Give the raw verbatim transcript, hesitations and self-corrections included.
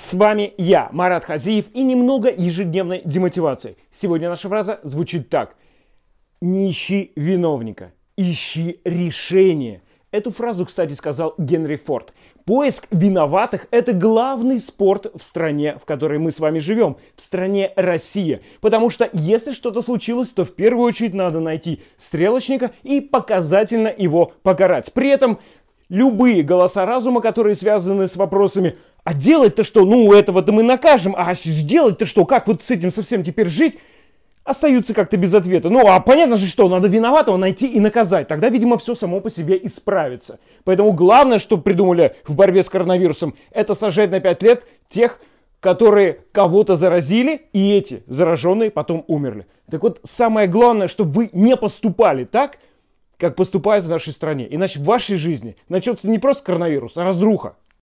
С вами я, Марат Хазиев, и немного ежедневной демотивации. Сегодня наша фраза звучит так. Не ищи виновника, ищи решение. Эту фразу, кстати, сказал Генри Форд. Поиск виноватых – это главный спорт в стране, в которой мы с вами живем, в стране Россия. Потому что если что-то случилось, то в первую очередь надо найти стрелочника и показательно его покарать. При этом любые голоса разума, которые связаны с вопросами «А делать-то что? Ну, этого-то мы накажем, а делать-то что? Как вот с этим совсем теперь жить?» остаются как-то без ответа. Ну, а понятно же, что надо виноватого найти и наказать. Тогда, видимо, все само по себе исправится. Поэтому главное, что придумали в борьбе с коронавирусом, это сажать на пять лет тех, которые кого-то заразили, и эти зараженные потом умерли. Так вот, самое главное, чтобы вы не поступали так, как поступают в нашей стране. Иначе в вашей жизни начнется не просто коронавирус, а разруха.